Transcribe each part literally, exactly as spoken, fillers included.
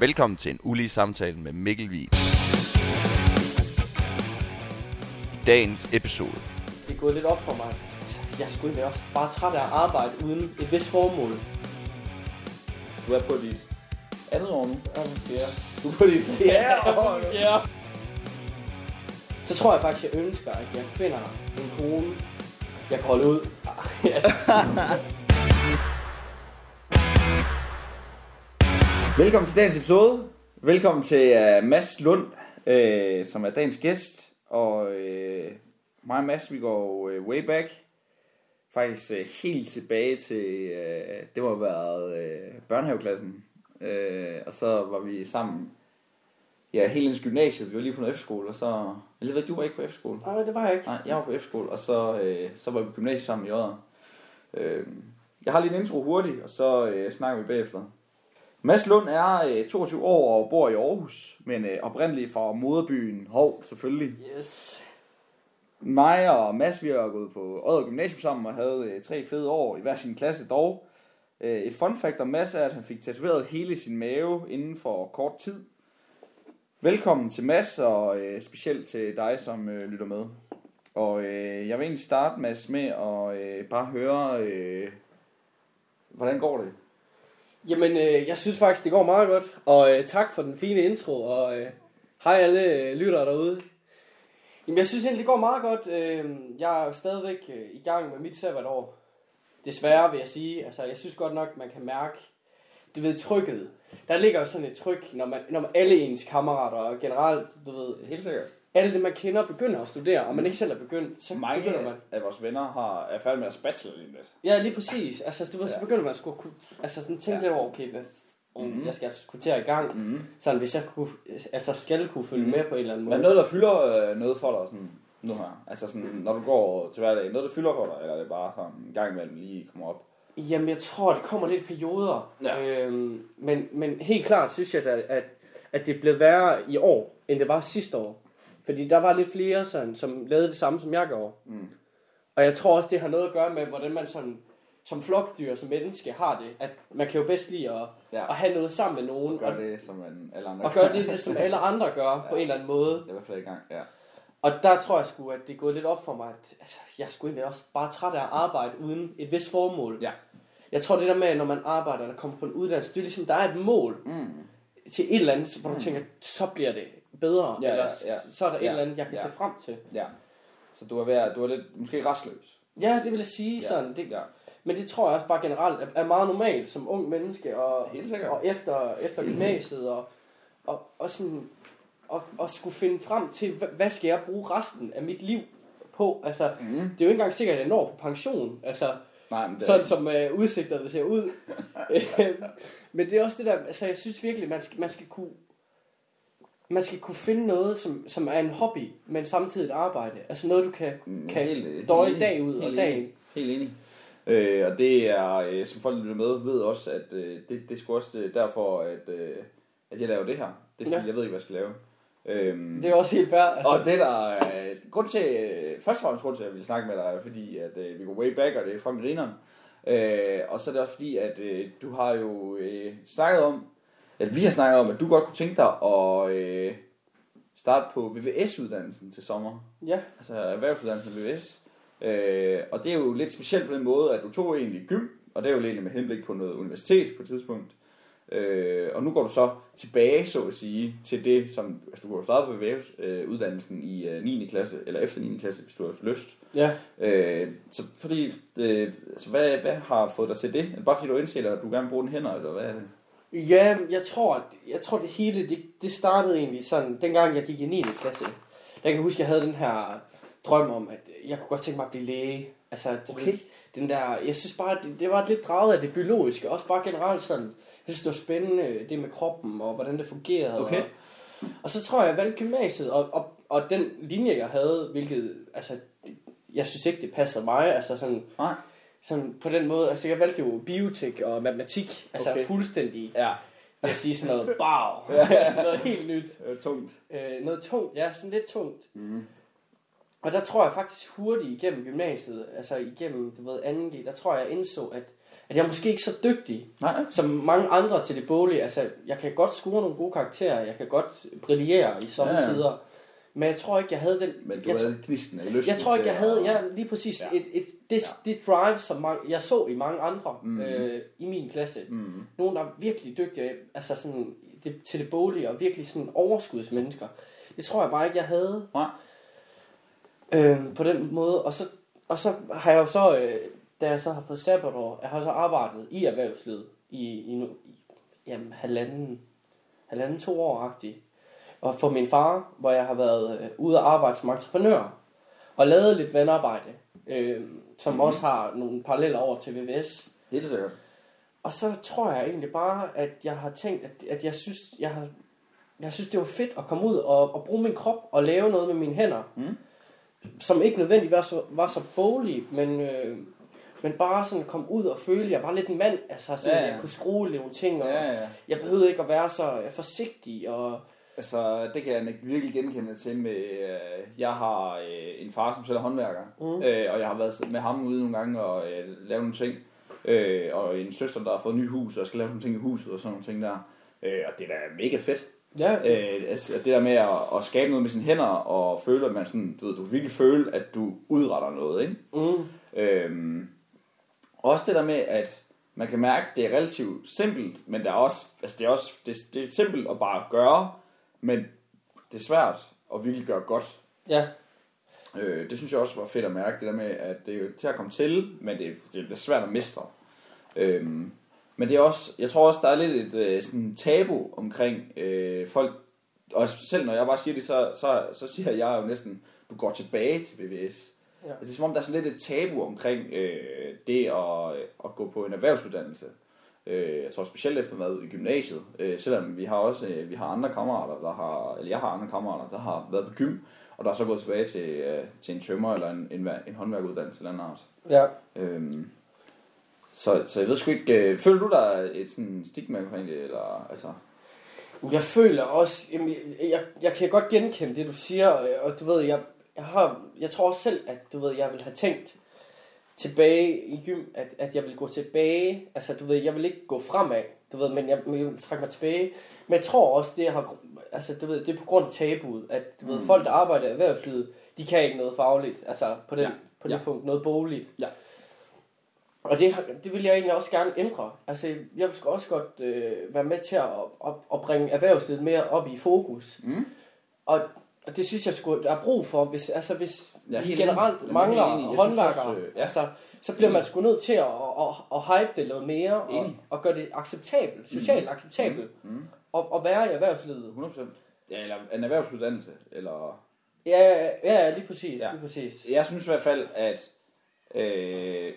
Velkommen til en ulige samtale med Mikkel Vig. I dagens episode. Det er gået lidt op for mig. Jeg er sgu egentlig også bare træt af at arbejde uden et vist formål. Du er på dit andet år nu. Ja, fjerde. Du er på dit fjerde år nu. Ja. Så tror jeg faktisk, jeg ønsker, at jeg finder en kone, jeg kan holde ud. Velkommen til dagens episode. Velkommen til uh, Mads Lund, uh, som er dagens gæst. Og uh, mig og Mads, vi går uh, way back. Faktisk uh, helt tilbage til, uh, det må have været uh, børnehaveklassen. Uh, og så var vi sammen, ja, helt indtil gymnasiet. Vi var lige på noget efterskole, og så... Jeg ved, du var ikke på efterskole. Nej, det var jeg ikke. Nej, jeg var på efterskole, og så, uh, så var vi på gymnasiet sammen i Odder. Uh, jeg har lige en intro hurtigt, og så uh, snakker vi bagefter. Mads Lund er øh, toogtyve år og bor i Aarhus, men øh, oprindeligt fra moderbyen Hov, selvfølgelig. Yes. Mig og Mads, vi har gået på Odder Gymnasium sammen og havde øh, tre fede år i hver sin klasse dog. Øh, et fun fact om Mads er, at han fik tatoveret hele sin mave inden for kort tid. Velkommen til Mads, og øh, specielt til dig, som øh, lytter med. Og øh, jeg vil egentlig starte, Mads, med at øh, bare høre, øh, hvordan går det? Jamen, øh, jeg synes faktisk, det går meget godt. Og øh, tak for den fine intro, og øh, hej alle øh, lyttere derude. Jamen, jeg synes egentlig, det går meget godt. Øh, jeg er jo stadigvæk øh, i gang med mit sabbatår. Desværre vil jeg sige. Altså, jeg synes godt nok, man kan mærke, du ved, trykket. Der ligger jo sådan et tryk, når man, når man alle ens kammerater og generelt, du ved, Helt sikkert. alle det man kender begynder at studere, og man ikke selv er begyndt, så Mange begynder man. af vores venner har, er færdige med deres bachelor lige lidt. Ja, lige præcis. Altså, du ved, så Ja. begynder man at skulle kunne, altså sådan tænke Ja. lidt over, okay, hvad, om Mhm. jeg skal altså kunne til at i gang, Mm. sådan hvis jeg kunne, altså skal kunne følge Mhm. med på en eller anden Men måde. noget, der fylder øh, noget for dig sådan, nu her, altså sådan, når du går til hverdag, noget, der fylder for dig, eller er det bare sådan en gang imellem lige kommer op? Jamen, jeg tror, det kommer lidt i perioder. Ja. Øhm, men, men helt klart synes jeg, at, at, at det blev værre i år, end det var sidste år. Fordi der var lidt flere, sådan, som lavede det samme, som jeg gjorde. Mm. Og jeg tror også, det har noget at gøre med, hvordan man sådan, som flokdyr, som menneske har det. At man kan jo bedst lide at, Ja. at have noget sammen med nogen. Gør og, det, som en, alle andre og gøre det, det, som alle andre gør, Ja. på en eller anden måde. Det er i hvert fald i gang, ja. Og der tror jeg sgu, at det er gået lidt op for mig, at altså, jeg er sgu egentlig også bare træt af at arbejde uden et vist formål. Ja. Jeg tror det der med, når man arbejder, der kommer på en uddannelse, det er ligesom, der er et mål Mm. til et eller andet, hvor du Mm. tænker, så bliver det bedre, Ja, eller ja, ja. så er der et Ja, eller andet, jeg kan ja. se frem til. Ja. Så du er, ved, at- du er lidt, måske restløs. Ja, det vil jeg sige Ja. sådan. Det, Ja. Men det tror jeg også bare generelt er, er meget normalt som ung menneske, og, Helt sikkert. og efter, efter Helt gymnasiet, og, og, og sådan, og, og skulle finde frem til, hvad, hvad skal jeg bruge resten af mit liv på? Altså, Mm. det er jo ikke engang sikkert, at jeg når på pension, altså, Nej, men det sådan er som uh, udsigterne ser ud. Men det er også det der, altså jeg synes virkelig, man skal, man skal kunne, man skal kunne finde noget, som, som er en hobby, men samtidig et arbejde. Altså noget, du kan, Mm, kan helt- helt døje enig. dag ud og Helt dag enig. ind. Helt enig. Øh, og det er, øh, som folk lytter med, ved også, at øh, det, det er sgu også øh, derfor, at, øh, at jeg laver det her. Det er fordi, Ja. jeg ved ikke, hvad jeg skal lave. Øhm, Det er også helt fair. Altså. Og det der er grund til, øh, først og fremmest grund til, at jeg vil snakke med dig, er fordi, at øh, vi går way back, og det er fra grineren. Øh, og så er det også fordi, at øh, du har jo øh, snakket om, at vi har snakket om, at du godt kunne tænke dig at øh, starte på V V S-uddannelsen til sommer. Ja, Altså erhvervsuddannelsen V V S. Øh, og det er jo lidt specielt på den måde, at du tog egentlig gym, og det er jo egentlig med henblik på noget universitet på et tidspunkt. Øh, og nu går du så tilbage, så at sige, til det, som altså, du går starte på V V S-uddannelsen i øh, niende klasse, eller efter niende klasse, hvis du har lyst. ja. Øh, så fordi, øh, så hvad, hvad har fået dig til det? Er det bare fordi du indser, at du gerne vil bruge den hænder, eller hvad er det? Ja, jeg tror, at- jeg tror det hele, det, det startede egentlig sådan, dengang jeg gik i niende klasse. Jeg kan huske, jeg havde den her drøm om, at jeg kunne godt tænke mig at blive læge. Altså, du Okay. ved, den der, jeg synes bare, det, det var lidt draget af det biologiske, også bare generelt sådan. Jeg synes, det var spændende, det med kroppen, og hvordan det fungerede. Okay. Og, og så tror jeg, jeg valgte gymnasiet, og, og, og den linje, jeg havde, hvilket, altså, jeg synes ikke, det passer mig, altså sådan, Nej. sådan på den måde, altså jeg valgte jo biotek og matematik, altså Okay. fuldstændig, Ja. vil jeg sige sådan noget, wow, altså noget helt nyt, Øh, tungt. øh, noget tungt, ja, sådan lidt tungt. Mm. Og der tror jeg faktisk hurtigt igennem gymnasiet, altså igennem, du ved, anden G, der tror jeg, jeg indså, at at jeg er måske ikke så dygtig, Nej. som mange andre til det boglige. Altså, jeg kan godt score nogle gode karakterer, jeg kan godt brillere i somme Ja, ja. tider, men jeg tror ikke, jeg havde den... Men du jeg, havde knisten af lysten jeg tror ikke, til jeg havde at- ja, lige præcis Ja. et, et, det, Ja. det drive, som mange, jeg så i mange andre Mhm. øh, i min klasse. Mm. Nogle, der er virkelig dygtige altså sådan, det, til det boglige, og virkelig sådan overskudsmennesker. Det tror jeg bare ikke, jeg havde Nej. øh, på den måde. Og så, og så har jeg jo så, øh, da jeg så har fået sabbatår, jeg har så arbejdet i erhvervslivet i, i, nu- i jamen, halvanden, halvanden, to år-agtigt. Og for min far, hvor jeg har været øh, ude at arbejde som entreprenør, og lavet lidt vandarbejde, øh, som Mhm. også har nogle paralleller over til V V S. Helt sikkert. Og så tror jeg egentlig bare, at jeg har tænkt, at, at jeg synes, jeg har, jeg synes, det var fedt at komme ud og, og bruge min krop og lave noget med mine hænder, Mm. som ikke nødvendigvis var så, var så boglig, men, øh, men bare sådan komme ud og føle, at jeg var lidt en mand, altså sådan, Ja, ja. jeg kunne skrue nogle ting, og Ja, ja. jeg behøvede ikke at være så forsigtig, og Altså, det kan jeg virkelig genkende til med, øh, jeg har øh, en far, som selv er håndværker, Mm. øh, og jeg har været med ham ude nogle gange og øh, lavet nogle ting, øh, og en søster, der har fået et nyt hus, og skal lave nogle ting i huset og sådan nogle ting der, øh, og det er da mega fedt. ja, Øh, altså, det der med at, at skabe noget med sine hænder, og føle, at man sådan, du ved, du virkelig føle, at du udretter noget, ikke? mm, Øhm, også det der med, at man kan mærke, at det er relativt simpelt, men det er også, altså det er også, det, det er simpelt at bare gøre, men det er svært at virkelig gøre godt. ja, Øh, det synes jeg også var fedt at mærke, det der med, at det er jo til at komme til, men det, det er svært at mestre. Øhm, men det er også, jeg tror også, der er lidt et øh, sådan tabu omkring øh, folk, og selv når jeg bare siger det, så, så, så siger jeg jo næsten, du går tilbage til V V S. ja. Altså, det er som om, der er sådan lidt et tabu omkring øh, det at, at gå på en erhvervsuddannelse. Øh, jeg tror specielt efter at have været ude i gymnasiet. Øh, selvom vi har også øh, vi har andre kammerater, der har, eller jeg har andre kammerater, der har været på gym, og der er så gået tilbage til, øh, til en tømmer eller en, en, en håndværkuddannelse eller anden art. ja. Øhm, så, så jeg ved sgu ikke, øh, føler du, der er et sådan stigma omkring det, eller altså... Jeg føler også, jamen, jeg, jeg, jeg kan godt genkende det, du siger, og du ved, jeg, jeg, har, jeg tror også selv, at du ved, jeg vil have tænkt tilbage i gym, at, at jeg vil gå tilbage, altså du ved, jeg vil ikke gå fremad, du ved, men jeg, men jeg vil trække mig tilbage, men jeg tror også, det har, altså du ved, det er på grund af tabuet, at du ved, Mm. folk, der arbejder i erhvervslivet, de kan ikke noget fagligt, altså på, den, Ja. på det Ja. punkt, noget bogligt. Ja. Og det, har- det vil jeg egentlig også gerne ændre. Altså, jeg vil sgu også godt øh, være med til at, at, at bringe erhvervslivet mere op i fokus. Mm. Og, og det synes jeg sgu, der er brug for, hvis, altså, hvis Jeg er vi helt generelt enig. Jeg er mangler helt enig. Jeg synes håndværkere, også, øh, ja. altså, så bliver man sgu nødt til at, at, at, at hype det noget mere, og, Enig. og gøre det acceptabelt, socialt acceptabelt, Mm. og, og være i erhvervslivet. hundrede procent. Ja, eller en erhvervsuddannelse, eller... Ja, ja, ja, lige præcis, Ja. lige præcis. Jeg synes i hvert fald, at øh,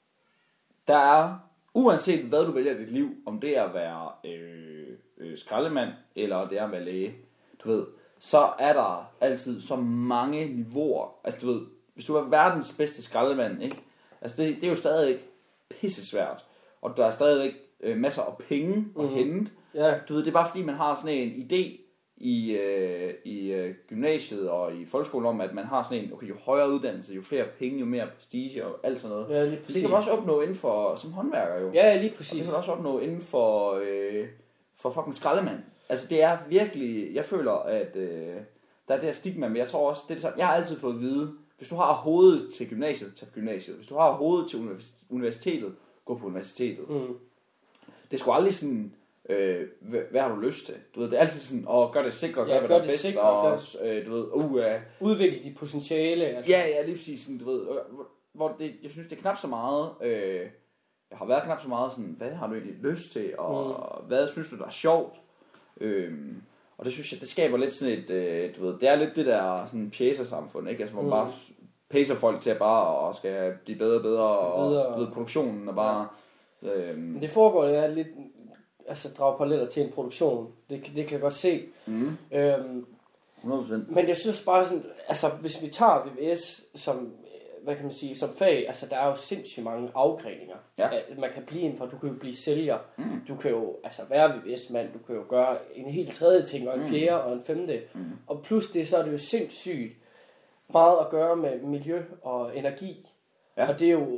der er, uanset hvad du vælger i dit liv, om det er at være øh, øh, skraldemand, eller det er at være læge, du ved, så er der altid så mange niveauer. Altså du ved, hvis du er verdens bedste skraldemand, ikke? Altså det, det er jo stadig pisse svært, og der er stadig øh, masser af penge at Mhm. hente. Ja, Du ved, det er bare fordi, man har sådan en idé i, øh, i øh, gymnasiet og i folkeskolen om, at man har sådan en, okay, jo højere uddannelse, jo flere penge, jo mere prestige og alt sådan noget. ja, lige Det præcis. kan man også opnå inden for, som håndværker jo. Ja, lige Og det præcis. kan man også opnå inden for, øh, for fucking skraldemand. Altså det er virkelig, jeg føler, at øh, der er det her stigma, men jeg tror også, det er det samme. Jeg har altid fået at vide, hvis du har hovedet til gymnasiet, tag på gymnasiet. Hvis du har hovedet til univers- universitetet, gå på universitetet. Mm. Det er sgu aldrig sådan, øh, hvad, hvad har du lyst til? Du ved, det er altid sådan, åh, gør det sikkert, Ja, gør, hvad gør der er det bedst, sikkert, og gør- øh, du ved, uh, uh, Udvikle dit potentiale. Altså. ja, ja, lige præcis sådan, du ved, øh, hvor, hvor det, jeg synes, det er knap så meget, øh, jeg har været knap så meget sådan, hvad har du egentlig lyst til, og mm. hvad synes du, der er sjovt? Øhm, og det synes jeg, det skaber lidt sådan et, øh, du ved, det er lidt det der sådan pjæsersamfund, ikke? Altså, hvor man Mm. bare pacer folk til at bare, og skal blive bedre og bedre, Skal og videre. du ved, produktionen er bare, øhm, Men det foregår det er lidt, altså drage paralleller til en produktion. Det, kan- det kan jeg godt se. mm, Øhm, hundrede procent. men jeg synes bare sådan, altså hvis vi tager V V S som, øh, hvad kan man sige, som fag, altså der er jo sindssygt mange afgreninger. Ja. Øh, Man kan blive indenfor, du kan jo blive sælger, Mm. du kan jo altså være V V S-mand, du kan jo gøre en helt tredje ting, og en Mm. fjerde og en femte. Mm. Og plus det, så er det jo sindssygt meget at gøre med miljø og energi. Ja. Og det er jo,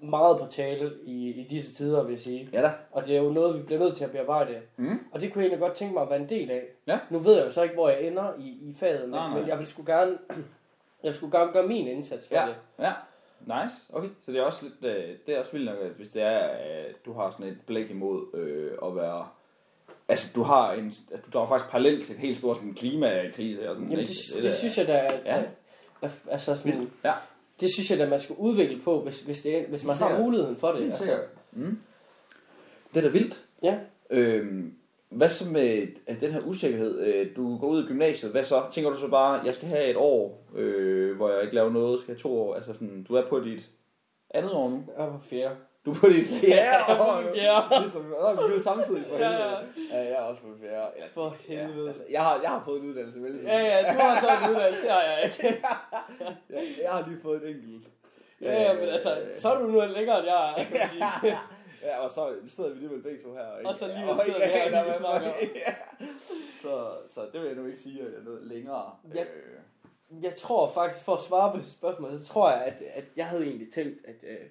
meget på tale i, i disse tider, vil jeg sige. Ja da. Og det er jo noget, vi bliver nødt til at bearbejde. Mm. Og det kunne jeg egentlig godt tænke mig at være en del af. Ja. Nu ved jeg jo så ikke, hvor jeg ender i, i faget, men, Nej, nej. men jeg vil sgu gerne, jeg vil sgu gerne gøre min indsats for Ja, det. ja. Nice, okay. Så det er også lidt, øh, det er også vildt nok, at hvis det er, at du har sådan et blik imod øh, at være, altså du har en, altså, du drager faktisk parallelt til et helt stort sådan klimakrise og sådan. Jamen ikke? det, det, det synes jeg da, at, Ja. at, at, altså sådan, Ja. det synes jeg da, man skal udvikle på, hvis, hvis, det er, hvis man har muligheden for det. Altså. Mm. Det er da vildt. Ja. Øhm, hvad så med at den her usikkerhed? Øh, du går ud i gymnasiet, hvad så? Tænker du så bare, jeg skal have et år, øh, hvor jeg ikke laver noget, skal have to år? Altså sådan, du er på dit andet år nu. Jeg er på fjerde. Du er på dit fjerde år nu. Ja. Ligesom, der er vi samtidig for Ja, helvede. ja. Ja, jeg er også på fjerde. Ja, For helvede. Ja, altså, jeg, har, jeg har fået en uddannelse, vel? Ja, ja, du har så en uddannelse, det har jeg ikke. Ja, jeg har lige fået et enkelt. Ja, ja, men altså, så er du nu længere end jeg er, kan man sige. Ja, og så sidder vi alligevel begge to her. Ikke? Og så lige og sidder vi her, og der lige snakker. ja. så, så det vil jeg nu ikke sige, at jeg er noget længere. Ja. Øh, Jeg tror faktisk, for at svare på det spørgsmål, så tror jeg, at, at jeg havde egentlig tænkt, at, øh,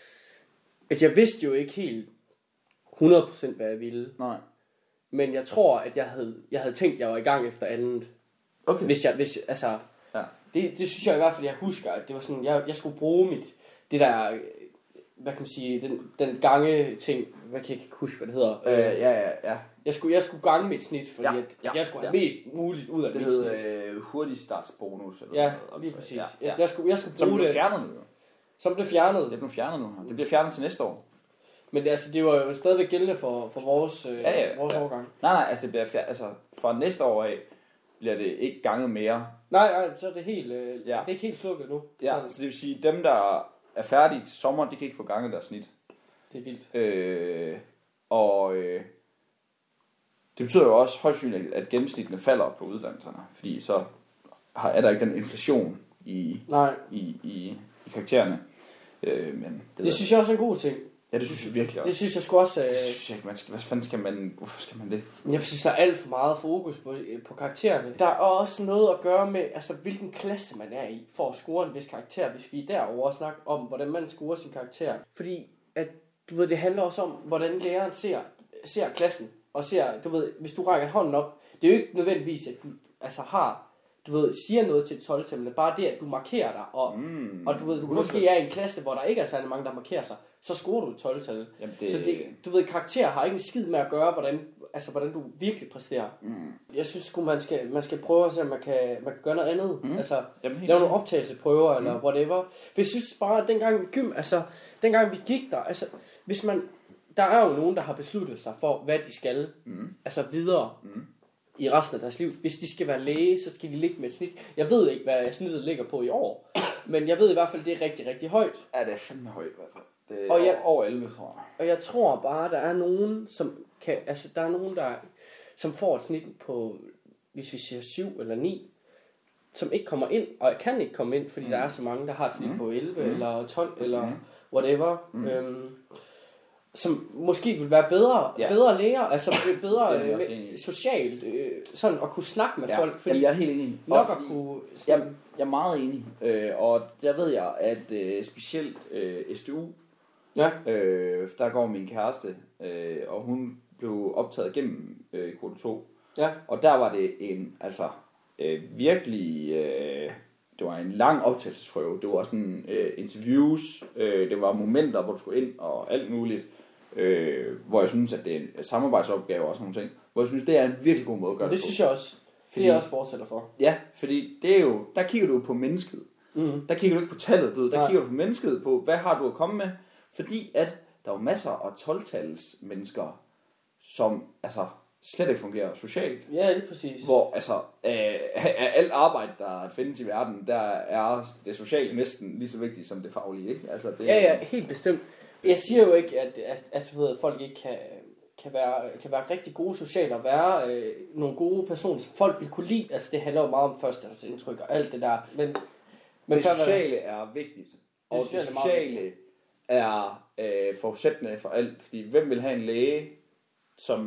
at jeg vidste jo ikke helt hundrede procent, hvad jeg ville. nej. Men jeg tror, at jeg havde, jeg havde tænkt, at jeg var i gang efter andet. Okay. Hvis jeg, hvis, altså, Ja. det, det synes jeg i hvert fald, jeg husker, at det var sådan, jeg, jeg skulle bruge mit, det der, øh, hvad kan man sige, den, den gange ting, hvad kan jeg ikke huske, hvad det hedder. Øh, ja, ja, ja. Jeg skulle, jeg skulle gange mit snit, fordi Ja, at, ja, at jeg skulle have ja. mest muligt ud af Det mit hedder snit. øh, hurtig startsbonus. Eller Ja, sådan noget. lige præcis. Ja, Ja, ja. Jeg, skulle, jeg skulle Som bruge blev det, fjernet nu. jo. som blev fjernet. Det blev fjernet nu her. Det bliver fjernet til næste år. Men det, altså, det var jo stadigvæk gældende for, for vores, øh, Ja, ja, vores ja. årgang. Nej, nej, altså det bliver fjernet. Altså fra næste år af bliver det ikke ganget mere. Nej, nej, så er det helt, øh, Ja. det er ikke helt slukket nu. Ja, Så så det vil sige, dem der er færdige til sommer, de kan ikke få ganget deres snit. det er vildt. Øh, og øh, det betyder jo også højst sandsynligt, at gennemsnittene falder på uddannelserne, fordi så har, er der ikke den inflation i, Nej, i, i, i karaktererne. Øh, men det, det, det synes jeg også er en god ting. ja, det synes jeg virkelig også. Det synes jeg sgu også, øh, Det synes jeg ikke, man skal, hvad fanden skal man, hvorfor skal man det? jeg synes, der er alt for meget fokus på, på karaktererne. Der er også noget at gøre med, altså, hvilken klasse man er i, for at score en vis karakter, hvis vi er derovre og snakker om, hvordan man scorer sin karakter. Fordi, at, du ved, det handler også om, hvordan læreren ser, ser klassen, og ser, du ved, hvis du rækker hånden op, det er jo ikke nødvendigvis, at du altså har, du ved, siger noget til et tolv-tal, men bare det, at du markerer dig, og, Mm, og du ved, du måske er i en klasse, hvor der ikke er særlig mange, der markerer sig, så scorer du et tolv-tal. Jamen det, Så det, du ved, karakter har ikke en skid med at gøre, hvordan, altså, hvordan du virkelig præsterer. Mm, Jeg synes sgu, man skal, man skal prøve at se, om man kan, man kan gøre noget andet. Mm. Altså, jamen, helt lave nogle optagelsesprøver, eller Mm. whatever. For jeg synes bare, at dengang vi gym, altså, dengang vi gik der, altså, hvis man, der er jo nogen, der har besluttet sig for, hvad de skal, Mm. altså videre Mm. i resten af deres liv. Hvis de skal være læge, så skal de ligge med et snit. Jeg ved ikke, hvad snittet ligger på i år, men jeg ved i hvert fald, det er rigtig, rigtig højt. Ja, det er fandme højt i hvert fald. Det er Og og jeg- jeg, over elleve, tror jeg. Og jeg tror bare, der er nogen, som kan, altså der er nogen, der, som får et snit på, hvis vi siger syv eller ni, som ikke kommer ind, og kan ikke komme ind, fordi mm. der er så mange, der har et snit mm. på elleve mm. eller tolv eller Mm. whatever, Mm. øhm, som måske vil være bedre, Ja. bedre læger, altså bedre Det er jeg øh, også med, enig i. socialt, øh, sådan at kunne snakke med Ja. folk, fordi Jamen, jeg er helt enig. nok Også at fordi- kunne, Jeg, sådan, jeg er meget enig, øh, og der ved jeg, at øh, specielt øh, S D U, ja, øh, der går min kæreste, øh, og hun blev optaget gennem øh, kvote to, ja, og der var det en, altså øh, virkelig, øh, det var en lang optagelsesprøve, det var sådan øh, interviews, øh, det var momenter, hvor du skulle ind og alt muligt, øh, hvor jeg synes, at det er en samarbejdsopgave og sådan nogle ting, hvor jeg synes, det er en virkelig god måde at gøre det, det på. synes jeg også, fordi jeg også fortæller for. Ja, fordi det er jo, der kigger du på mennesket. Mm. Der kigger du ikke på tallet, du ved. Der Nej. kigger du på mennesket, på hvad har du at komme med. Fordi at der er jo masser af tolv-tals mennesker, som altså slet ikke fungerer socialt. Ja, lige præcis. Hvor altså af, af alt arbejde, der findes i verden, der er det sociale næsten lige så vigtigt som det faglige, ikke? Altså, det, Ja, ja, helt bestemt. Jeg siger jo ikke, at, at, at, du ved, at folk ikke kan, kan, være, kan være rigtig gode socialt og være øh, nogle gode personer, som folk vil kunne lide. Altså, det handler jo meget om førstehåndsindtryk og alt det der. Men, men det før- sociale er vigtigt. Og det sociale er sociale, meget er, sociale er øh, forudsættende for alt. Fordi hvem vil have en læge, som man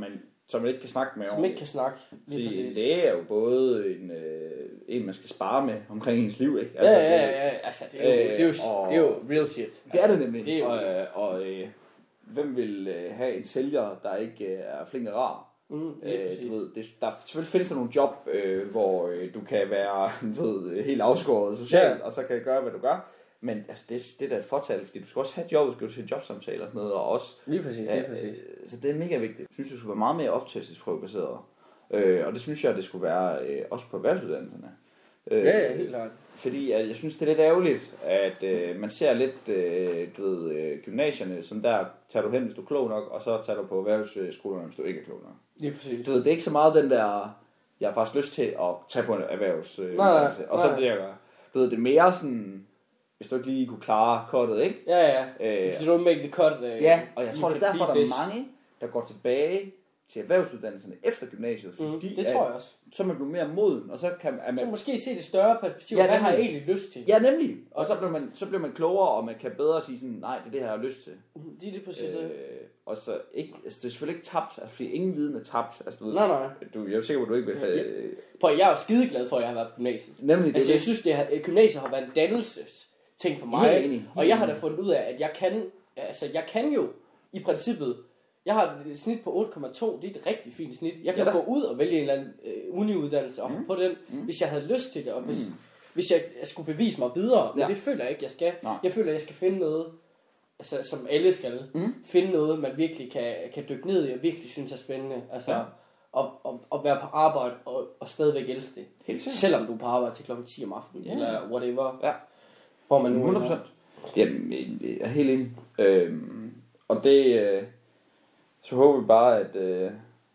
som man ikke kan snakke med. Som ikke kan snakke. Fordi en læge er jo både en, øh, en, man skal spare med omkring ens liv, ikke? Altså, ja, ja, ja, ja. Altså, det er jo, øh, det er jo, og, det er jo real shit. Altså, det er det nemlig. Det er jo, og og øh, hvem vil øh, have en sælger, der ikke øh, er flink og rar? Mm, det er øh, du ved, det, der selvfølgelig findes der nogle job, øh, hvor øh, du kan være du ved, helt afskåret socialt, ja. Og så kan gøre, hvad du gør. Men altså, det, det er da et fortal, fordi du skal også have jobbet, skal du til jobsamtaler og sådan noget, og også... Lige præcis, lige præcis. Øh, så det er mega vigtigt. Jeg synes, det skulle være meget mere optagelsesprøvebaseret. Øh, og det synes jeg, det skulle være øh, også på erhvervsuddannelserne. Øh, ja, ja, helt klart. Fordi at jeg synes, det er lidt ærgerligt, at øh, man ser lidt, øh, du ved, øh, gymnasierne, som der tager du hen, hvis du er klog nok, og så tager du på erhvervsskolerne, hvis du ikke er klog nok. Lige præcis. Du ved, det er ikke så meget den der, jeg har faktisk lyst til at tage på en erhvervsuddannelse. Og så bliver jeg, du ved, det er mere sådan... Hvis du ikke lige kunne klare kottet, ikke? Ja, ja. Øh, If you don't make the cut... Uh, ja, og jeg tror, det er derfor, der er mange, der går tilbage til erhvervsuddannelserne efter gymnasiet. Fordi mm, det tror jeg også. Så er man blevet mere moden, og så kan man... Så måske se det større perspektiv. Ja, hvad har jeg egentlig lyst til? Ja, nemlig. Og så bliver, man, så bliver man klogere, og man kan bedre sige sådan, nej, det er det her, jeg har lyst til. Det er det præcis. Øh, og så ikke... Altså, det er selvfølgelig ikke tabt, altså, fordi ingen viden er tabt. Altså, du ved, nej, nej. Du, jeg er sikker på, at du ikke vil have... Ja. Prøv, jeg er jo skideglad for, at jeg har været på gymnasiet. Nemlig det. Altså, jeg synes, det her, gymnasiet har været en dannelses ting for mig, helt enig, og jeg har da fundet ud af, at jeg kan, altså jeg kan jo i princippet, jeg har et snit på otte komma to, det er et rigtig fint snit. Jeg kan ja, gå ud og vælge en eller anden øh, uniuddannelse og mm. på den, mm. hvis jeg havde lyst til det, og hvis, mm. hvis jeg, jeg skulle bevise mig videre, men ja. Det føler jeg ikke, jeg skal. Nej. Jeg føler, at jeg skal finde noget, altså, som alle skal, mm. finde noget, man virkelig kan, kan dykke ned i, og virkelig synes er spændende, altså, ja. og, og, og være på arbejde, og, og stadigvæk elske det. Helt selvom du er på arbejde til klokken ti om aftenen, ja. Eller whatever. Ja. Hvor man nu hundrede procent. Jamen, jeg er helt enig. Øhm, og det, øh, så håber vi bare, at, øh,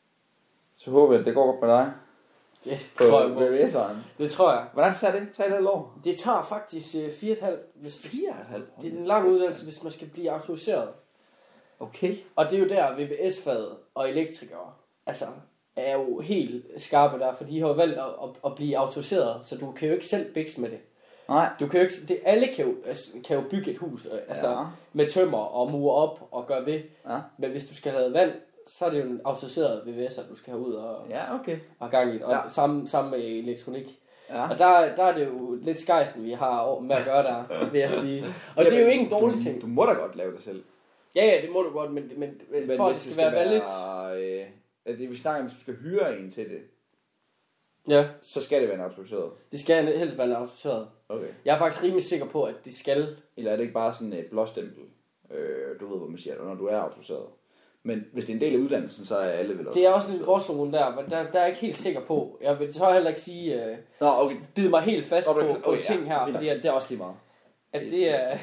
så håber vi, at det går godt med dig. Det på, tror jeg på. V V S'eren. Det tror jeg. Hvordan tager det? tre komma fem år? Det tager faktisk øh, fire komma fem. Hvis fire komma fem? Det er en lang uddannelse, hvis man skal blive autoriseret. Okay. Og det er jo der, V V S-faget og elektrikere, altså, er jo helt skarpe der, for de har jo valgt at, at, at blive autoriseret, så du kan jo ikke selv bikse med det. Nej. Du kan jo ikke, det, alle kan jo, kan jo bygge et hus, altså ja. Med tømmer og mure op og gøre ved. Ja. Men hvis du skal have vand, så er det jo en autoriseret V V S'er, du skal have ud og, ja, okay. og gang i. Og ja. sammen, sammen med elektronik. Ja. Og der, der er det jo lidt skejsen, vi har med at gøre der, vil jeg sige. Og ja, det er jo ikke en dårlig du, ting. Du må da godt lave det selv. Ja, ja, det må du godt, men, men, men for at det skal, skal være valgt. Øh, altså, vi snakker om, hvis du skal hyre en til det. Ja. Så skal det være en autoriseret. Det skal helst være en autoriseret. Okay. Jeg er faktisk rimelig sikker på, at det skal. Eller er det ikke bare sådan et blåstempel? Øh, du ved, hvad man siger, når du er autoriseret. Men hvis det er en del af uddannelsen, så er alle vel også. Det er også en gråzone der, men der, der er jeg ikke helt sikker på. Jeg vil så heller ikke sige, uh, Nå, okay. bide mig helt fast okay, på, på okay, ting her, ja, fordi at, det er også lige meget. At det er...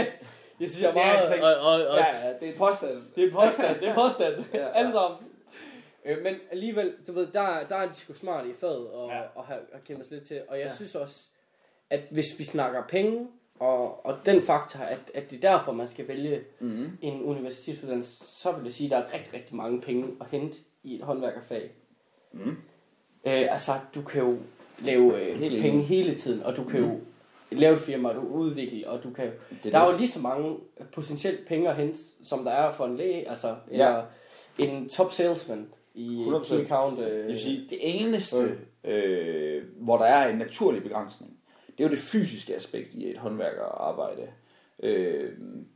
det synes jeg det meget... Er og, og, og, ja, ja, det er en påstand. Det er en påstand, det er påstand. ja, ja. Alle sammen. Øh, men alligevel, du ved, der, der er de sgu smarte i faget og, ja. og have, have kendt os lidt til. Og jeg ja. synes også, at hvis vi snakker penge, og, og den faktor, at, at det er derfor, man skal vælge mm-hmm. en universitetsuddannelse, så vil jeg sige, at der er rigtig, rigtig mange penge at hente i et håndværkerfag. Mm. Øh, altså, du kan jo lave øh, hele penge hele tiden, og du kan mm. jo lave et firma, du udvikle, og du kan... Det der er jo lige så mange potentielt penge at hente, som der er for en læge, altså, eller ja. en top salesman i key account. Øh, jeg vil sige, det eneste, øh, hvor der er en naturlig begrænsning, det er jo det fysiske aspekt i et håndværkerarbejde. Øh,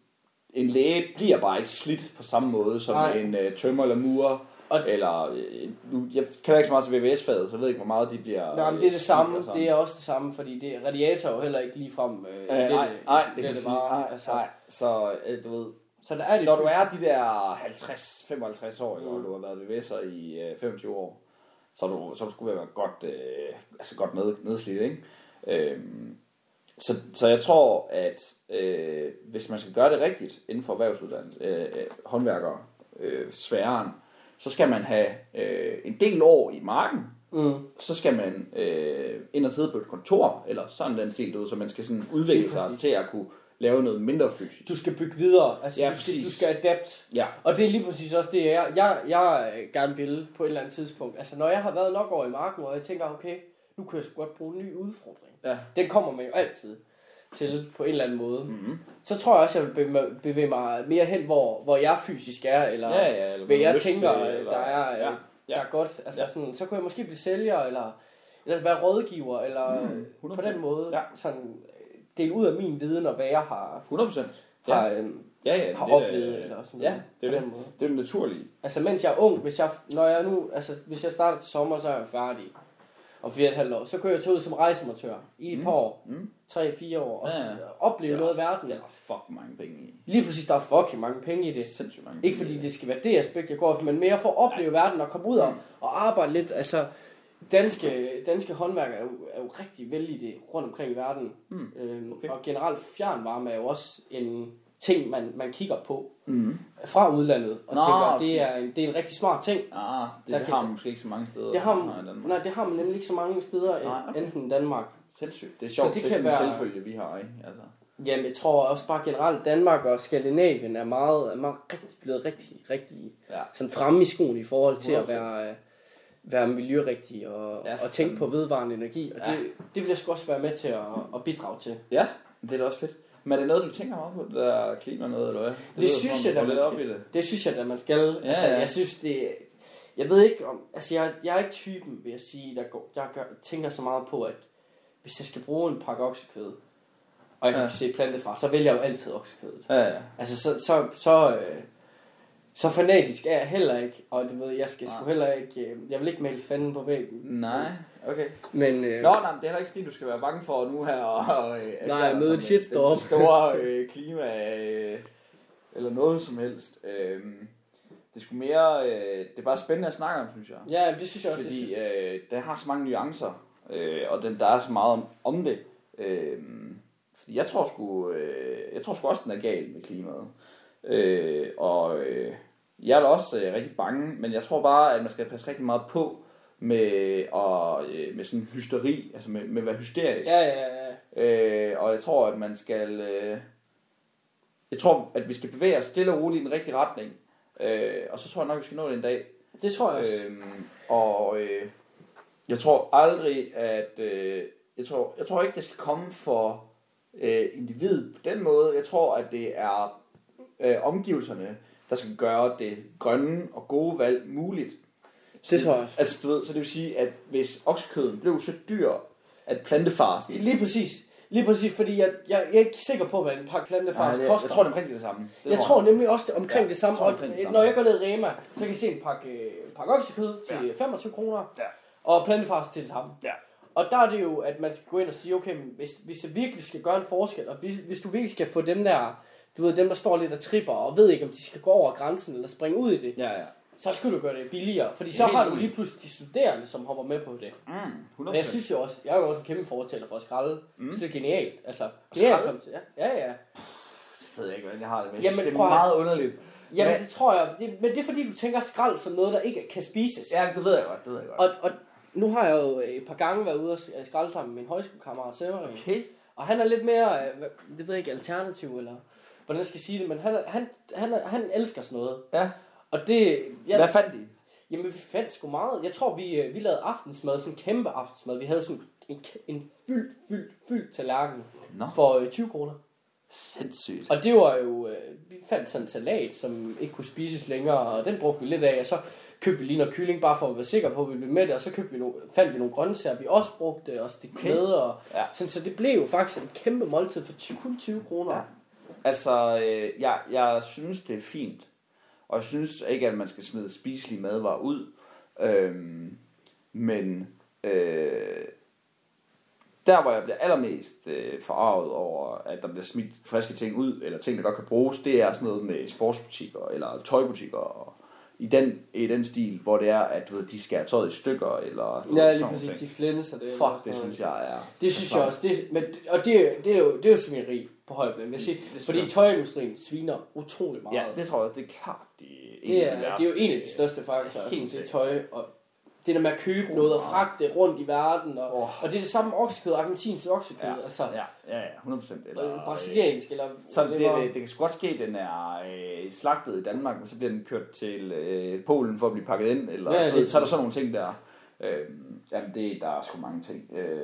en læge bliver bare ikke slidt på samme måde som Nej. en uh, tømmer eller murer. Og eller, øh, nu, jeg kender ikke så meget til V V S-faget, så jeg ved ikke, hvor meget de bliver... Nej, men det er det samme. Det er også det samme, fordi det radiator jo heller ikke lige frem. Øh, øh, nej, nej, det kan det sige. Bare, nej, altså, nej, så øh, du ved... Så der er det når du er de der halvtreds til femoghalvtreds år, mm. og du har været V V S'er i øh, femogtyve år, så er du, så du skulle være godt, øh, altså godt ned, nedslidt, ikke? Øhm, så, så jeg tror, at øh, hvis man skal gøre det rigtigt inden for erhvervsuddannelse, øh, håndværker, øh, sfæren, så skal man have øh, en del år i marken, mm. så skal man øh, ind og sidde på et kontor, eller sådan den stil ud, så man skal sådan udvikle sig til at kunne lave noget mindre fysisk. Du skal bygge videre, altså ja, du, skal, du skal adapt. Ja. Og det er lige præcis også det, jeg, jeg, jeg gerne vil på et eller andet tidspunkt. Altså når jeg har været nok over i marken, og jeg tænker, okay, nu kan jeg sgu godt bruge en ny udfordring. Ja. Den kommer man jo altid til på en eller anden måde. Mm-hmm. Så tror jeg også, jeg vil bevæge mig mere hen, hvor, hvor jeg fysisk er, eller ja, ja, eller hvad jeg tænker, til, eller, der er ja. ja. der er godt. Altså, ja. sådan, så kunne jeg måske blive sælger, eller, eller være rådgiver, eller mm, på den måde ja. sådan, dele ud af min viden, og hvad jeg har, hundrede procent har, ja. øhm, ja, ja, har det, oplevet. Det, eller sådan ja, noget, det er det. Det er det naturlige. Altså, mens jeg er ung, hvis jeg, når jeg nu, altså, hvis jeg starter til sommer, så er jeg færdig. Om fire og et halvt år. Så kunne jeg tage ud som rejsemontør i et mm. par år. Mm. Tre, fire år. Og ja, ja. opleve noget af verden. Der er fucking mange penge i. Lige præcis, der er fucking mange penge i det. Sindssygt mange ikke fordi det skal være det aspekt, jeg går for, men mere for at opleve Nej. verden og komme ud og, mm. og arbejde lidt. Altså, danske, danske håndværk er jo, er jo rigtig vældige rundt omkring i verden. Mm. Øhm, okay. Og generelt fjernvarme er jo også en ting, man, man kigger på mm. fra udlandet, og Nå, tænker, at det er, en, det er en rigtig smart ting. Ah, det, det har man måske ikke så mange steder. Det har man, nej, det har man nemlig ikke så mange steder, nej, okay. enten i Danmark. Sindssygt. Det er sjovt, så det, det er sådan være, en selvfølge, vi har, ikke? Altså. Jamen, jeg tror også bare generelt, Danmark og Skandinavien er meget, er meget rigtig, blevet rigtig, rigtig ja. sådan fremme i skoen i forhold til at være, være miljørigtig og, ja, og tænke på vedvarende energi. Og ja. det, det vil jeg sgu også være med til at, at bidrage til. Ja, det er da også fedt. Men er det noget, du tænker meget på, det der klima noget, eller hvad? Det, det synes jeg, da, man skal. Det. det synes jeg, da man skal. Ja, altså, ja. Jeg synes, det... Jeg ved ikke om... Altså, jeg, jeg er ikke typen, vil jeg sige, der går, jeg gør, tænker så meget på, at hvis jeg skal bruge en pakke oksekød, og jeg kan ja. se plantefar, så vælger jeg jo altid oksekødet. Ja, ja. Altså, så... så, så øh, så fanatisk er jeg heller ikke, og du ved, jeg skal sgu heller ikke, jeg vil ikke male fanden på væggen. Nej, okay. Men, øh, Nå, nej, det er heller ikke fordi, du skal være bange for nu her, og, og nej, møde et shitstorm. Store øh, klima, øh, eller noget som helst. Øh, det er sgu mere, øh, det er bare spændende at snakke om, synes jeg. Ja, det synes jeg også. Fordi øh, der har så mange nuancer, øh, og den, der er så meget om, om det. Øh, fordi jeg tror sgu, øh, jeg tror sgu også, den er gal med klimaet. Øh, og øh, jeg er da også øh, rigtig bange, men jeg tror bare, at man skal passe rigtig meget på med, og, øh, med sådan hysteri, altså med, med at være hysterisk. Ja, ja, ja. Øh, og jeg tror, at man skal, øh, jeg tror, at vi skal bevæge os stille og roligt i den rigtige retning, øh, og så tror jeg nok, vi skal nå det en dag. Det tror jeg også. Øh, og øh, jeg tror aldrig, at, øh, jeg tror, jeg tror ikke, det skal komme for øh, individet på den måde. Jeg tror, at det er Øh, omgivelserne, der skal gøre det grønne og gode valg muligt. Så det tror jeg også. Altså, du ved, så det vil sige, at hvis oksekøden blev så dyr, at plantefars... Lige præcis. Lige præcis, fordi jeg, jeg, jeg er ikke sikker på, hvad en pakke plantefars koster. Jeg tror, det er omkring det samme. Det jeg tror, tror nemlig også det omkring ja, det samme. Og det samme. Når jeg går ned i Rema, så kan jeg se en pakke, pakke oksekød til ja. femogtyve kroner, ja. og plantefars til det samme. Ja. Og der er det jo, at man skal gå ind og sige, okay, hvis, hvis det virkelig skal gøre en forskel, og hvis, hvis du virkelig skal få dem der... Du ved, dem der står lidt og tripper og ved ikke, om de skal gå over grænsen eller springe ud i det. Ja, ja. Så skulle du gøre det billigere. Fordi så har du lige pludselig de studerende, som hopper med på det. Mm, hundrede procent. Men jeg synes jo også, jeg er jo også en kæmpe fortæller for at skralde. Mm. Så det er genialt. Altså, genialt kom til. Ja, ja. ja. Det ved jeg ikke, hvordan jeg har det med. Jamen, det er meget underligt. Jamen, men... det tror jeg. Det, men det er fordi, du tænker skrald som noget, der ikke kan spises. Ja, det ved jeg godt. Det ved jeg godt. Og, og nu har jeg jo et par gange været ude og skralde sammen med min højskolekammerat Severin. Okay. Og han er lidt mere, det ved jeg ikke, alternativ eller... hvordan skal jeg sige det, men han, han, han, han elsker sådan noget. Ja. Og det... Jeg, hvad fandt I? Jamen, vi fandt sgu meget. Jeg tror, vi, vi lavede aftensmad, sådan en kæmpe aftensmad. Vi havde sådan en, en fyldt, fyldt, fyldt tallerken no. for tyve kroner. Sindssygt. Og det var jo... Vi fandt sådan en salat, som ikke kunne spises længere, og den brugte vi lidt af, og så købte vi lige noget kylling, bare for at være sikre på, at vi blev med det, og så købte vi nogle, fandt vi nogle grøntsager, vi også brugte, og stikte okay. med, og ja. sådan, så det blev jo faktisk en kæmpe måltid for kun tyve kroner. Ja. Altså, øh, jeg, jeg synes, det er fint. Og jeg synes ikke, at man skal smide spiselige madvarer ud. Øhm, men øh, der, hvor jeg bliver allermest øh, forarvet over, at der bliver smidt friske ting ud, eller ting, der godt kan bruges, det er sådan noget med sportsbutikker, eller tøjbutikker, og i den, i den stil, hvor det er, at du ved, de skærer tøjet i stykker, eller... Ja, lige præcis, de flænser det. Fuck, det synes jeg er... Det synes jeg også, det, men, og det, det, er jo, det er jo svineri på højt plan, vil jeg sige, det, fordi tøjindustrien sviner utrolig meget. Ja, det tror jeg, det er klart, det er, det er, det er jo en af de største faktorer, det er tøj, og det der med at købe noget og fragte det rundt i verden, og, oh. og det er det samme oksekød, argentinsk oksekød, ja, altså. Ja, ja, ja, hundrede procent. Eller brasiliansk, eller... Så det, det, det kan sgu godt ske, at den er øh, slagtet i Danmark, men så bliver den kørt til øh, Polen for at blive pakket ind, eller ja, ved, så er der sådan nogle ting der. Øh, jamen, det, der er sgu mange ting. Øh,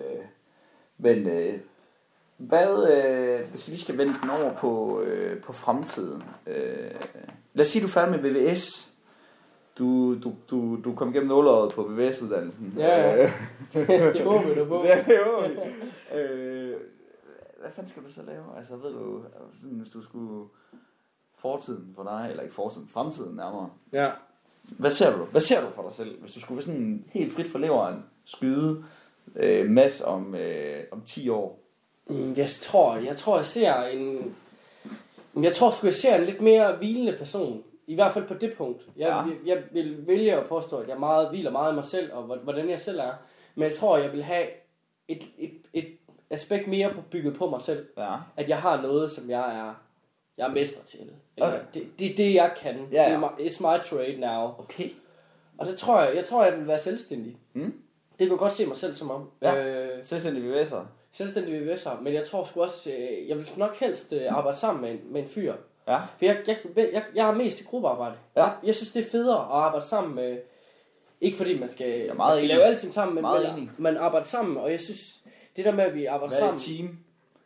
men øh, hvad, øh, hvis vi lige skal vende den over på, øh, på fremtiden. Øh, lad os sige, du er færdig med V V S. Du, du, du, du kom igennem nåleåret på B V S-uddannelsen. Ja, ja. Det håber du på. Ja, det håber vi. øh, hvad fanden skal du så lave? Altså, ved du, sådan, hvis du skulle fortiden for dig, eller ikke fortiden, fremtiden nærmere. Ja. Hvad ser du? Hvad ser du for dig selv, hvis du skulle være sådan helt frit for leveren skyde øh, Mads om, øh, om ti år? Jeg tror, jeg tror, jeg ser en... Jeg tror sgu, jeg ser en lidt mere hvilende person. I hvert fald på det punkt. Jeg, Ja. jeg, jeg vil vælge at påstå, at jeg meget, hviler meget i mig selv, og hvordan jeg selv er. Men jeg tror, jeg vil have et, et, et aspekt mere på bygget på mig selv. Ja. At jeg har noget, som jeg er, jeg er mester til. Eller, Okay. det, det er det, jeg kan. Ja, ja. Det er my, it's my trade now. Okay. Og det tror jeg, jeg tror, jeg vil være selvstændig. Mm. Det kan jeg godt se mig selv som om. Ja. Øh, Selvstændig V V S'er. selvstændig V V S'er, men jeg tror sgu også, øh, jeg vil nok helst øh, arbejde sammen med en, med en fyr. Ja. For jeg, jeg, jeg, jeg er mest i gruppearbejde. Ja. Jeg, jeg synes, det er federe at arbejde sammen med... Ikke fordi man skal, er meget man skal enig. lave alting sammen, men Meget man, enig. man arbejder sammen. Og jeg synes, det der med, at vi arbejder Hvad er sammen, et team?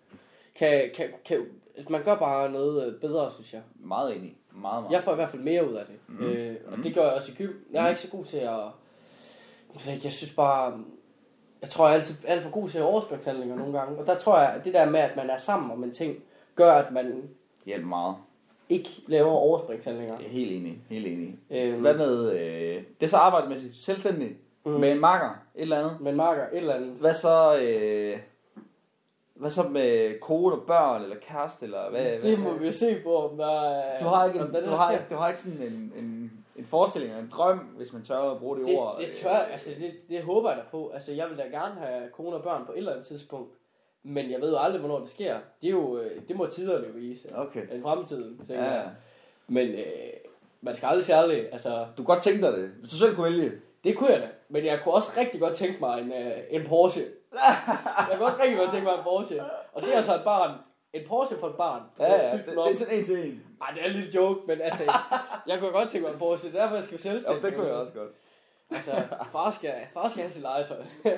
kan, kan, kan, man gør bare noget øh, bedre, synes jeg. Meget enig. Meget, meget. Jeg får i hvert fald mere ud af det. Mhm. Øh, og det gør jeg også i gym. Jeg er ikke så god til at... Jeg, ved ikke, jeg synes bare... Jeg tror, jeg er altid alt for god til overspringshandlinger nogle gange. Og der tror jeg, at det der med, at man er sammen om en ting, gør, at man Det hjælper meget. ikke laver overspringshandlinger. Jeg er helt enig. Helt enig. Øhm, Hvad med... Øh, det er så arbejdsmæssigt. Selvstændig. Mm. Med en makker. Et eller andet. Men marker et eller andet. Hvad så... Øh, hvad så med kone og børn, eller kæreste, eller hvad? Det hvad, må vi jo se på, om der er... Du har ikke, om en, der er du det, har, der ikke, du har ikke sådan en, en, en forestilling eller en drøm, hvis man tør at bruge det, det, ord. det, tør, altså det, det håber jeg da på. Altså jeg vil da gerne have kone og børn på et eller andet tidspunkt. Men jeg ved jo aldrig, hvornår det sker. Det, er jo, øh, det må tiderne jo vise. Okay. I fremtiden. Ja, ja. Men øh, man skal aldrig særlig. Altså, Du kan godt tænke dig det, hvis du selv kunne vælge. det kunne jeg da. Men jeg kunne også rigtig godt tænke mig en, øh, en Porsche. Jeg kunne også rigtig godt tænke mig en Porsche. Og det er altså et barn. En Porsche for et barn. Ja, ja, det, Bygge den det op. er sådan en til en. Ej, det er en lille joke, men altså, jeg kunne godt tænke mig en Porsche. Det er derfor, jeg skal være Ja, selvstændig. det kunne jeg også godt. Altså, far skal, far skal have sit legetøj.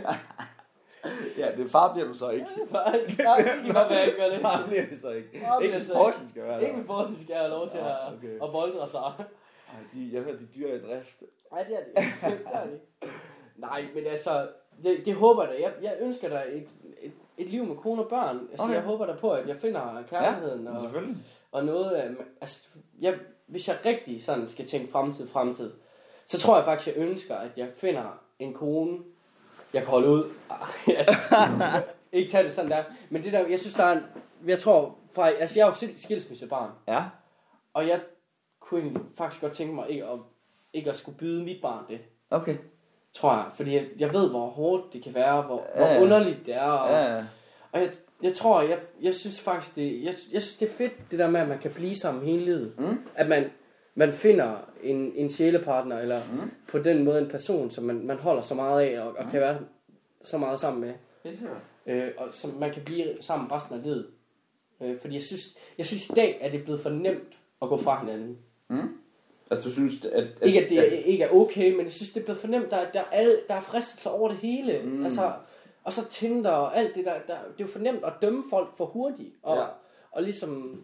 Ja, det far bliver du så ikke. Nej, det kan godt være, jeg ikke gør det. Far bliver det så ikke. Far bliver Ikke det hvis så Porsche skal være der. Ikke med Porsche skal jeg have lov til Ja, at, okay. at boldre sig. Ej, de, jeg hører, de dyr er i drift. Nej, det er det ikke. Det er det ikke. Nej, men altså, det, det håber jeg da. Jeg, jeg ønsker dig et, et, et liv med kone og børn. Altså, Okay. jeg håber da på, at jeg finder kærligheden. Ja, og, selvfølgelig. og noget af, altså, jeg, hvis jeg rigtig sådan skal tænke fremtid, fremtid, så tror jeg faktisk, jeg ønsker, at jeg finder en kone, jeg kan holde ud. altså, ikke tage det sådan der. Men det der, jeg synes, der er en, jeg tror, fra, altså jeg er jo selv skilsmissebarn, Ja. og jeg kunne egentlig faktisk godt tænke mig ikke at, ikke at skulle byde mit barn det, Okay. tror jeg. Fordi jeg, jeg ved, hvor hårdt det kan være, hvor, Ja, ja. hvor underligt det er. Og, Ja, ja. og jeg, jeg tror, jeg, jeg synes faktisk, det, jeg, jeg synes, det er fedt, det der med, at man kan blive sammen hele livet. Mm. At man, man finder en, en sjælepartner, eller Mm. på den måde en person, som man, man holder så meget af, og, og Mm. kan være så meget sammen med. Det ser Øh, og som man kan blive sammen resten af livet. Øh, fordi jeg synes, jeg synes i dag, at det er blevet for nemt at gå fra hinanden. Mm. Altså, du synes, at... at Ikke at det er, ikke er okay, men jeg synes, det er blevet for nemt. Der, der, er, alle, der er fristelser over det hele. Mm. Altså, og så Tinder og alt det der, der. Det er jo for nemt at dømme folk for hurtigt. Og, Ja. og ligesom...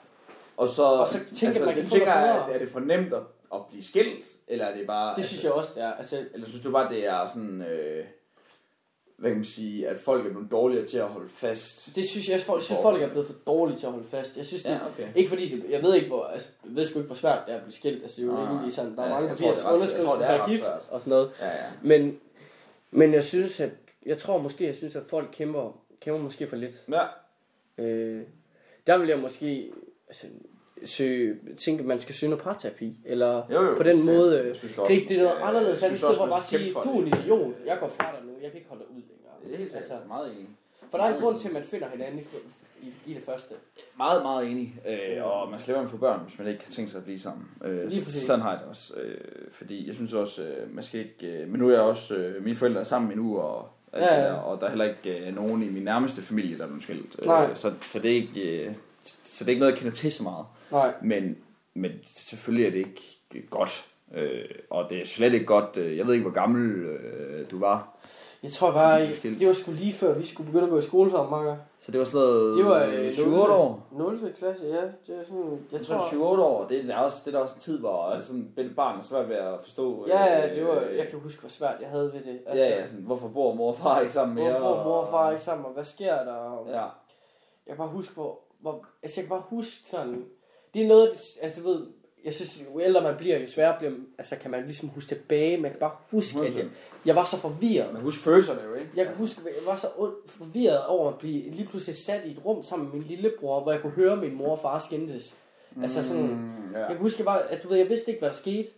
Og så, Og så tænker altså, man, kan du få tænker, noget at, bedre. er det for nemt at, at blive skilt? Eller er det bare... Det synes jeg også, det er. Altså, Eller synes du bare, det er sådan... Øh, hvad kan man sige? At folk er blevet dårligere til at holde fast? det synes jeg, jeg synes, folk, folk er blevet for dårlige til at holde fast. Jeg synes, det, Ja, okay. ikke fordi det, jeg ved ikke, hvor, altså, jeg ved sgu ikke, hvor svært det er at blive skilt. Altså, det er jo Nej. egentlig sådan, der er Ja, mange jeg papirer, tror, der det er skal ret- jeg tror, underskrives, det er der er ret gift svært. og sådan noget. Ja, ja. Men, men jeg synes, at jeg tror måske, jeg synes, at folk kæmper, kæmper måske for lidt. Ja. Øh, der vil jeg måske altså, søge, tænke, at man skal søge noget parterapi, eller Jo, jo, på den så- måde jeg øh, synes også, gribe det noget ja, anderledes. jeg I synes stedet også, for man bare at skal sige, kæmpe for du er en det. idiot, jeg går fra dig nu, jeg kan ikke holde dig ud længere. Det er helt Altså, sikkert. Meget enig. for der er en Meget grund enig. til, at man finder hinanden i, i, i det første. Meget, meget enig. Øh, og man skal lade være med at få børn, hvis man ikke kan tænke sig at blive sammen. Øh, præcis. sådan har jeg det også. Øh, fordi jeg synes også, øh, man skal ikke... Øh, men nu er jeg også... Øh, mine forældre er sammen endnu, og, alt Ja, det ja. der, og der er heller ikke øh, nogen i min nærmeste familie, der er blevet skilt. Nej. Øh, så, så, det er ikke, øh, så det er ikke noget, jeg kender til så meget. Nej. Men, men selvfølgelig er det ikke godt. Øh, og det er slet ikke godt. Øh, jeg ved ikke, hvor gammel øh, du var. Jeg tror bare, det var sgu lige før vi skulle begynde at gå i skole sammen, Marker. Så det var sådan noget Det var øh, syv otte år? nul klasse, ja. Det er sådan, jeg tror... syv otte år, det er, også, det er også en tid, hvor sådan, et barn er svært ved at forstå. Ja, ja, det var, jeg kan huske, hvor svært jeg havde ved det. Altså, ja, ja, sådan, hvorfor bor mor og far ikke sammen mere? Hvorfor bor mor og far ikke sammen, og hvad sker der? Ja. Jeg kan bare huske, hvor, hvor... Altså, jeg kan bare huske sådan... Det er noget, altså, du ved... Jeg synes, jo ældre man bliver, jo sværere bliver... Altså, kan man ligesom huske tilbage. Man kan bare huske, at jeg, jeg var så forvirret. Man husker følelserne jo, ikke? Jeg kan huske, at jeg var så forvirret over at blive lige pludselig sat i et rum sammen med min lillebror, hvor jeg kunne høre min mor og far skændes. Mm, altså sådan... Mm, ja. Jeg kan huske, at jeg, var, at du ved, jeg vidste ikke, hvad der skete.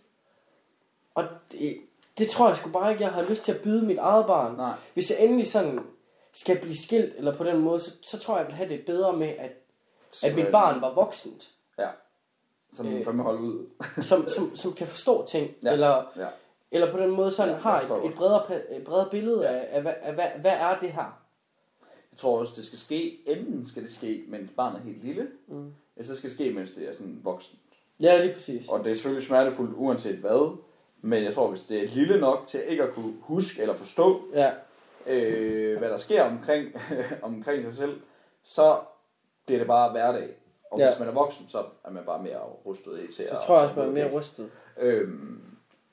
Og det, det tror jeg sgu bare ikke, jeg har lyst til at byde mit eget barn. Nej. Hvis jeg endelig sådan skal blive skilt, eller på den måde, så, så tror jeg, jeg vil have det bedre med, at, at mit barn var voksent. Ja. Som øh, fandme holde ud. som, som, som kan forstå ting. Ja. Eller, ja. eller på den måde sådan ja, har et, et, bredere, et bredere billede ja. af, af, af, af hvad, hvad er det her. Jeg tror også, det skal ske, enten skal det ske, mens barnet er helt lille, mm. eller så skal det ske, mens det er sådan voksen. Ja, lige præcis. Og det er selvfølgelig smertefuldt, uanset hvad, men jeg tror, hvis det er lille nok til ikke at kunne huske eller forstå, ja. øh, hvad der sker omkring, omkring sig selv, så bliver det bare hverdag. Og ja. hvis man er voksen, så er man bare mere rustet i til så at... Så tror jeg også, man er mere rustet. Øhm,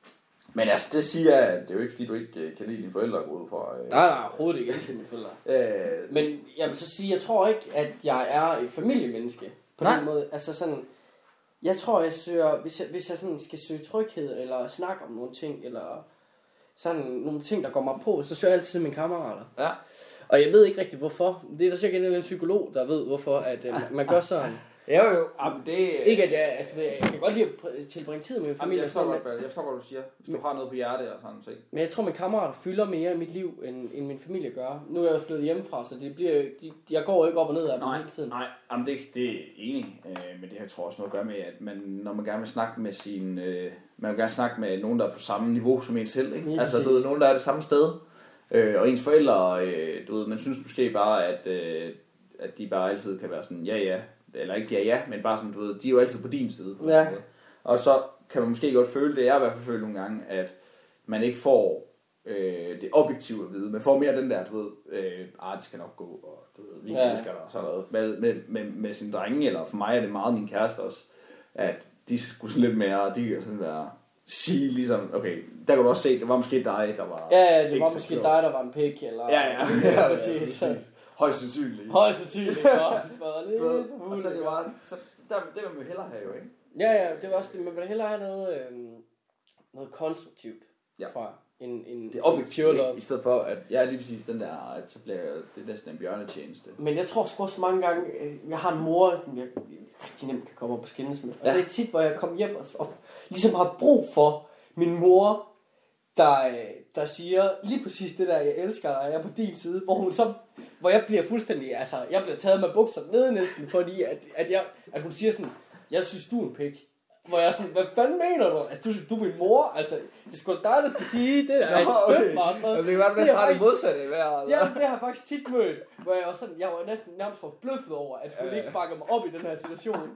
men altså, det siger jeg, at det er jo ikke, fordi du ikke kan lide dine forældre at gå ud fra... Øh, nej, nej, overhovedet ikke. Jeg elsker mine forældre. Øh, men jeg vil så sige, jeg tror ikke, at jeg er et familiemenneske. På nej. den måde. Altså sådan... Jeg tror, jeg søger... Hvis jeg, hvis jeg sådan skal søge tryghed, eller snakke om nogle ting, eller sådan nogle ting, der går mig på, så søger jeg altid til mine kammerater. Ja. Og jeg ved ikke rigtig, hvorfor. Det er der sikkert en eller anden psykolog, der ved, hvorfor at, øh, man gør sådan. Jo, jo. Jamen, det... Ikke at jeg... Altså, jeg kan godt lide at tilbringe tid med min familie. Jeg forstår, godt, jeg forstår godt, hvad du siger. Hvis du har noget på hjertet og sådan ting. Men jeg tror, min kammerater fylder mere i mit liv, end, end min familie gør. Nu er jeg jo flyttet hjemmefra, så det bliver, de, jeg går ikke op og ned af dem hele tiden. Nej, jamen, det, det er enig. Øh, men det her tror også noget at gøre med, at man, når man gerne vil snakke med sin... Øh, man vil gerne snakke med nogen, der er på samme niveau som en selv. Ikke? Ja, altså, du ved, nogen, der er det samme sted. Øh, og ens forældre, øh, du ved, man synes måske bare, at, øh, at de bare altid kan være sådan, ja, ja. Eller ikke ja, ja, men bare sådan, du ved, de er jo altid på din side. Ja. Og så kan man måske godt føle, det jeg i hvert fald føle nogle gange, at man ikke får øh, det objektive at vide. Man får mere den der, du ved, øh, ah, det skal nok gå, og du ved, vi ja. elsker dig, og sådan noget. Med, med, med, med sin drenge, eller for mig er det meget min kæreste også, at de skulle sådan lidt mere, de kan sådan være, sige ligesom, okay, der kan du også se, det var måske dig, der var... Ja, ja, det var måske dig, der var en pik, eller... Ja, ja, ja, ja, præcis. Ja, højst sandsynligt. Højst sandsynligt, ja. Og så det var, så der, det vil man jo hellere have jo, ikke? Ja, ja, det var også det, man vil hellere have noget, øh, noget konstruktivt, ja. tror jeg. En, en, det er objektivt, i stedet for, at jeg er lige præcis den der, at så bliver det næsten en bjørnetjeneste. Men jeg tror sgu også mange gange, jeg har en mor, som jeg rigtig nemt kan komme op og skændes med. Og ja. det er tit, hvor jeg kommer hjem og, og ligesom har brug for min mor, der, der siger lige præcis det der, jeg elsker dig, jeg er på din side, hvor hun så, hvor jeg bliver fuldstændig, altså, jeg bliver taget med bukserne nede næsten, fordi at, at, jeg, at hun siger sådan, jeg synes du er en pik. Hvor jeg er sådan, hvad fanden mener du? At du, du er min mor? Altså, det er sgu dig, der skal sige det der. Nå, okay. Det kan være, du næsten har det modsatte i hver. Ja, det har jeg faktisk tit mødt. Hvor jeg var sådan, jeg var næsten nærmest forbløffet over, at hun ikke bakker mig op i den her situation.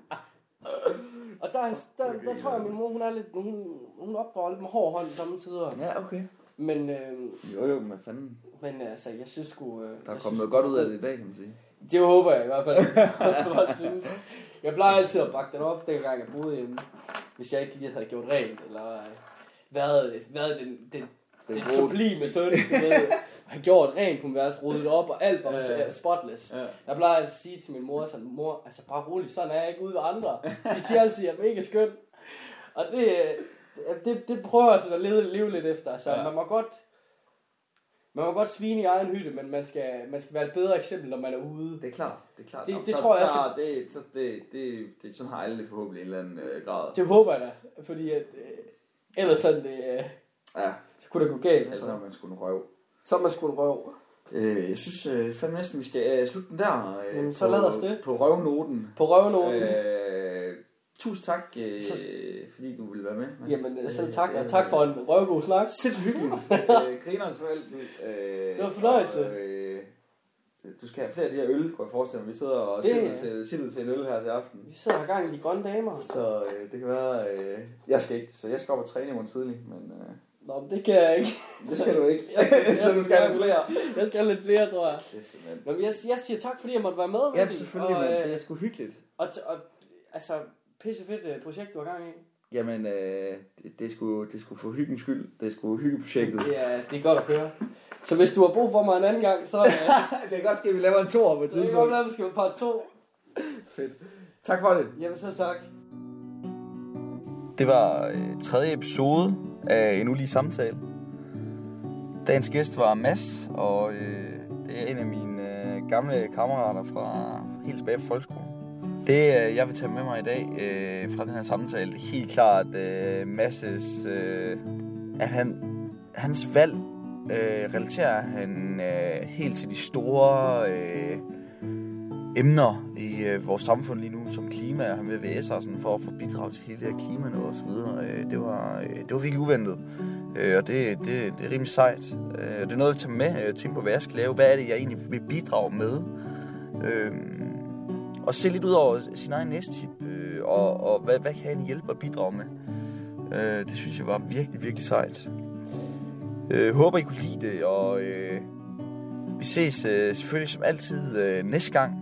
Og der, der, okay, der tror jeg, at min mor, hun er lidt, hun, hun opdrager lidt med hård hånd i samme tider. Ja, okay. Men, øh, jo jo, med fanden. Men altså, jeg synes sgu... Øh, der er kommet noget godt ud af det i dag, kan man sige. Det håber jeg i hvert fald. Jeg plejer altid at bakke den op, dengang jeg boede hjemme. Hvis jeg ikke lige havde gjort rent, eller været, været den, den, den, den sublime søn, har gjort rent på min værelse, ryddet op, og alt var ja, ja. spotless. Ja. Jeg plejer altid at sige til min mor, sådan, mor, altså bare rolig, sådan er jeg ikke ude ved andre. De siger altid, at jeg er mega skøn. Og det, det, det prøver jeg sådan at leve, leve lidt efter. Så ja. man må godt... Man må godt svine i egen hytte, men man skal, man skal være et bedre eksempel, når man er ude. Det er klart, det er klart. Det, Nå, det så, tror jeg så, også. Det, så det, det, det, sådan har alle forhåbentlig en eller anden øh, grad. Det håber jeg da, fordi at, øh, ellers sådan det, øh, ja. så kunne det gå galt. Altså, så er man sgu en røv. Så er man sgu en røv. Øh, jeg synes øh, fandme næsten, vi skal øh, slutte den der. Øh, Jamen, så lad os det. På røvnoten. På røvnoten. Øh, tusind tak, øh, så, fordi du ville være med. Mads. Jamen selv tak, og tak for en røvgod snak. Sindssygt hyggeligt. øh, griner så altid. Øh, det var fornøjelse. Og, øh, du skal have flere af de her øl, kunne jeg forestille mig. Vi sidder og sidder til, sidder til en øl her til aften. Vi sidder og gang i de grønne damer. Så øh, det kan være... Øh, jeg skal ikke, så jeg skal op og træne i morgen tidlig, men... Øh, Nå, men det kan jeg ikke. Det skal du ikke. Jeg, jeg, Så du skal have flere. Jeg skal have lidt flere, tror jeg. Det er simpelthen. Nå, men jeg, jeg siger tak, fordi jeg måtte være med. Ja, Mikkel. selvfølgelig, og, men øh, det er sgu hyggeligt. Og, og, altså, pisse fedt øh, projekt, du har gang i. Jamen, øh, det, det, er sgu, det er sgu for hyggens skyld. Det er sgu hyggeprojektet. Ja, det er godt at høre. Så hvis du har brug for mig en anden gang, så... Øh, det kan godt ske, at vi laver en toer på et så kan tidspunkt. vi godt skal vi part to. Fedt. Tak for det. Jamen, så tak. Det var øh, tredje episode af En Ulige Samtale. Dagens gæst var Mads, og øh, det er en af mine øh, gamle kammerater fra helt tilbage fra folkeskolen. Det, øh, jeg vil tage med mig i dag øh, fra den her samtale, det er helt klart øh, Mads' øh, at han, hans valg øh, relaterer han øh, helt til de store øh, emner i øh, vores samfund lige nu, som klima, og han vil V S'er sådan for at få bidrag til hele det her klima og så videre. Øh, det, var, øh, det var virkelig uventet, øh, og det, det, det er rimelig sejt. Øh, det er noget, jeg tager med, jeg tænker på, hvad jeg skal lave. Hvad er det, jeg egentlig vil bidrage med? Øh, og se lidt ud over sin egen næstip, øh, og, og hvad, hvad kan han hjælpe og bidrage med? Øh, det synes jeg var virkelig, virkelig sejt. Øh, håber, I kunne lide det, og øh, vi ses øh, selvfølgelig som altid øh, næste gang.